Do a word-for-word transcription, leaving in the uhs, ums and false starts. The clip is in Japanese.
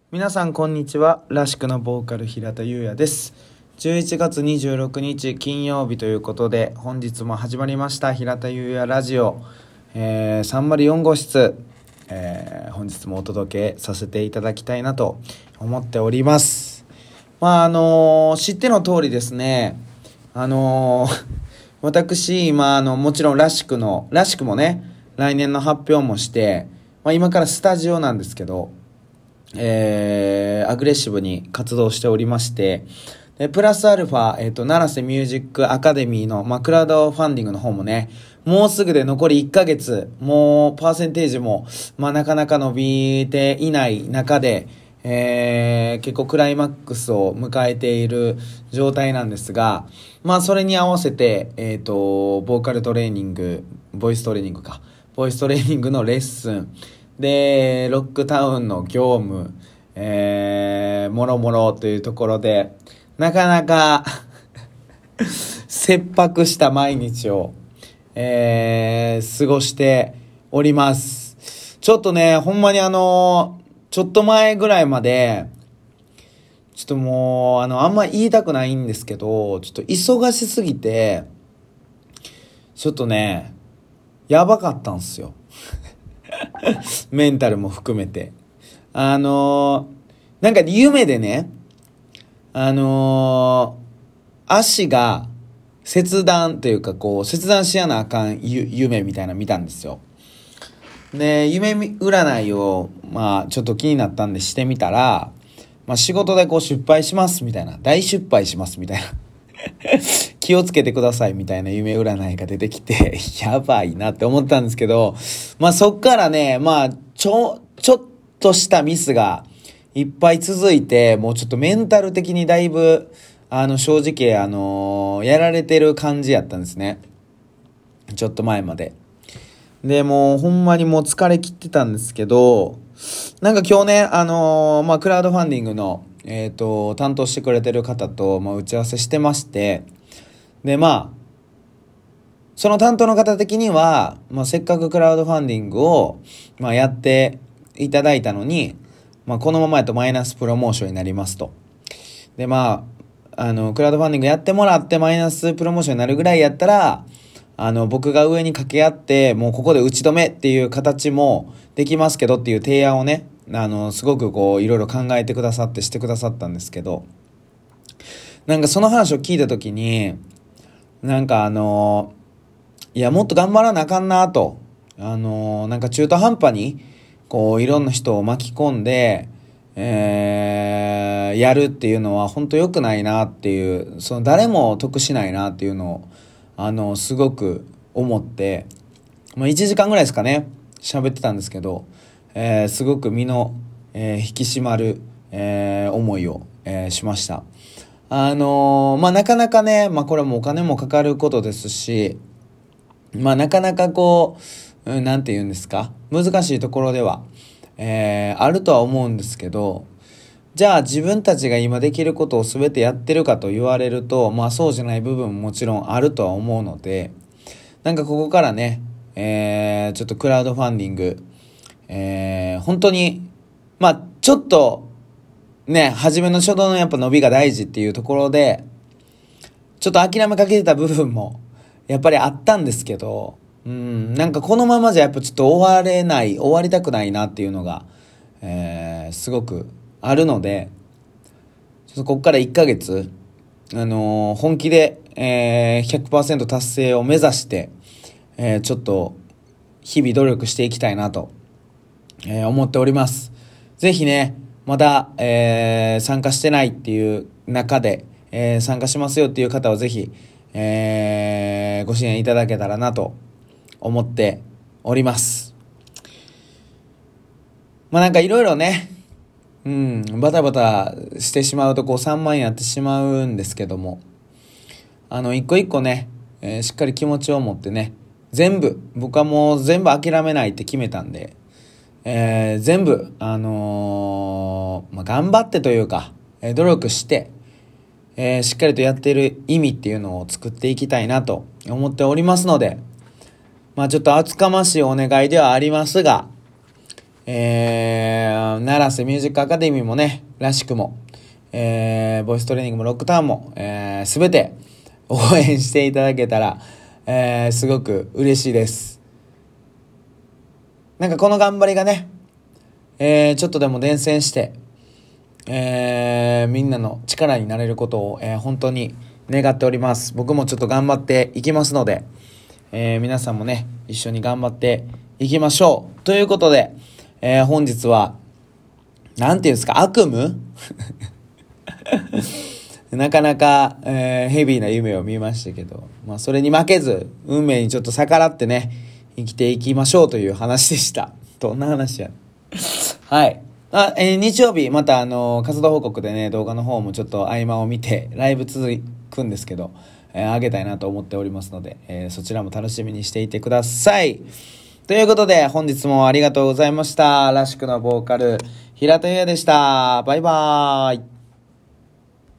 皆さんこんにちは。らしくのボーカル平田優也です。じゅういちがつにじゅうろくにち金曜日ということで、本日も始まりました平田優也ラジオ、えー、さんまるよんご室、えー、本日もお届けさせていただきたいなと思っております。まああのー、知っての通りですね、あのー、私今あのもちろんらしくのらしくもね、来年の発表もして、まあ、今からスタジオなんですけど、えー、アグレッシブに活動しておりまして、でプラスアルファ、えっと、七瀬ミュージックアカデミーの、まあ、クラウドファンディングの方もね、もうすぐで残りいっかげつ、もうパーセンテージも、まあ、なかなか伸びていない中で、えー、結構クライマックスを迎えている状態なんですが、まあ、それに合わせて、えっと、ボーカルトレーニング、ボイストレーニングか、ボイストレーニングのレッスン、でロックタウンの業務、えー、もろもろというところでなかなか切迫した毎日を、えー、過ごしております。ちょっとね、ほんまにあのちょっと前ぐらいまでちょっともうあのあんま言いたくないんですけど、ちょっと忙しすぎてちょっとねやばかったんすよメンタルも含めて。あのー、なんか夢でね、あのー、足が切断というかこう、切断しやなあかんゆ夢みたいなの見たんですよ。で、夢占いを、まあちょっと気になったんでしてみたら、まあ仕事でこう失敗しますみたいな、大失敗しますみたいな。気をつけてくださいみたいな夢占いが出てきてやばいなって思ったんですけど、まあそっからね、まあちょちょっとしたミスがいっぱい続いて、もうちょっとメンタル的にだいぶあの正直あのー、やられてる感じやったんですね、ちょっと前まで。でもうほんまにもう疲れ切ってたんですけど、なんか今日ね、あのー、まあクラウドファンディングのえっと、担当してくれてる方と、まあ、打ち合わせしてまして、で、まあ、その担当の方的には、まあ、せっかくクラウドファンディングを、まあ、やっていただいたのに、まあ、このままやとマイナスプロモーションになりますと。で、まあ、あの、クラウドファンディングやってもらってマイナスプロモーションになるぐらいやったら、あの、僕が上に掛け合って、もうここで打ち止めっていう形もできますけどっていう提案をね、あのすごくこういろいろ考えてくださってしてくださったんですけど、なんかその話を聞いた時に、なんかあのいやもっと頑張らなあかんなと、あのなんか中途半端にこういろんな人を巻き込んで、えー、やるっていうのは本当良くないなっていう、その誰も得しないなっていうのをあのすごく思って、まあ、いちじかんぐらいですかね喋ってたんですけど、えー、すごく身の、えー、引き締まる、えー、思いを、えー、しました。あのー、まあなかなかね、まあこれもお金もかかることですし、まあなかなかこう、うん、なんて言うんですか、難しいところでは、えー、あるとは思うんですけど、じゃあ自分たちが今できることを全てやってるかと言われると、まあそうじゃない部分ももちろんあるとは思うので、なんかここからね、えー、ちょっとクラウドファンディング、えー、本当にまあちょっとね、初めの初動のやっぱ伸びが大事っていうところでちょっと諦めかけてた部分もやっぱりあったんですけど、うんなんかこのままじゃやっぱちょっと終われない終わりたくないなっていうのが、えー、すごくあるので、ちょっとここからいっかげつあのー、本気で、えー、ひゃくパーセント 達成を目指して、えー、ちょっと日々努力していきたいなとえー、思っております。ぜひね、まだ、えー、参加してないっていう中で、えー、参加しますよっていう方はぜひ、えー、ご支援いただけたらなと思っております。まあなんかいろいろね、うん、バタバタしてしまうとこうさんまん円やってしまうんですけども、あの一個一個ね、えー、しっかり気持ちを持ってね、全部僕はもう全部諦めないって決めたんで、えー、全部、あのーまあ、頑張ってというか、えー、努力して、えー、しっかりとやっている意味っていうのを作っていきたいなと思っておりますので、まあちょっと厚かましいお願いではありますが、 えー、奈良瀬ミュージックアカデミーもね、らしくも、えー、ボイストレーニングもロックターンも、えー、すべて応援していただけたら、えー、すごく嬉しいです。なんかこの頑張りがね、えー、ちょっとでも伝染して、えー、みんなの力になれることを、えー、本当に願っております。僕もちょっと頑張っていきますので、えー、皆さんもね一緒に頑張っていきましょうということで、えー、本日はなんていうんですか、悪夢なかなか、えー、ヘビーな夢を見ましたけど、まあそれに負けず運命にちょっと逆らってね生きていきましょうという話でした。どんな話やはいあ、えー、日曜日またあのー、活動報告でね動画の方もちょっと合間を見てライブ続くんですけど、えー、上げたいなと思っておりますので、えー、そちらも楽しみにしていてください。ということで本日もありがとうございました。らしくのボーカル平田優也でした。バイバーイ。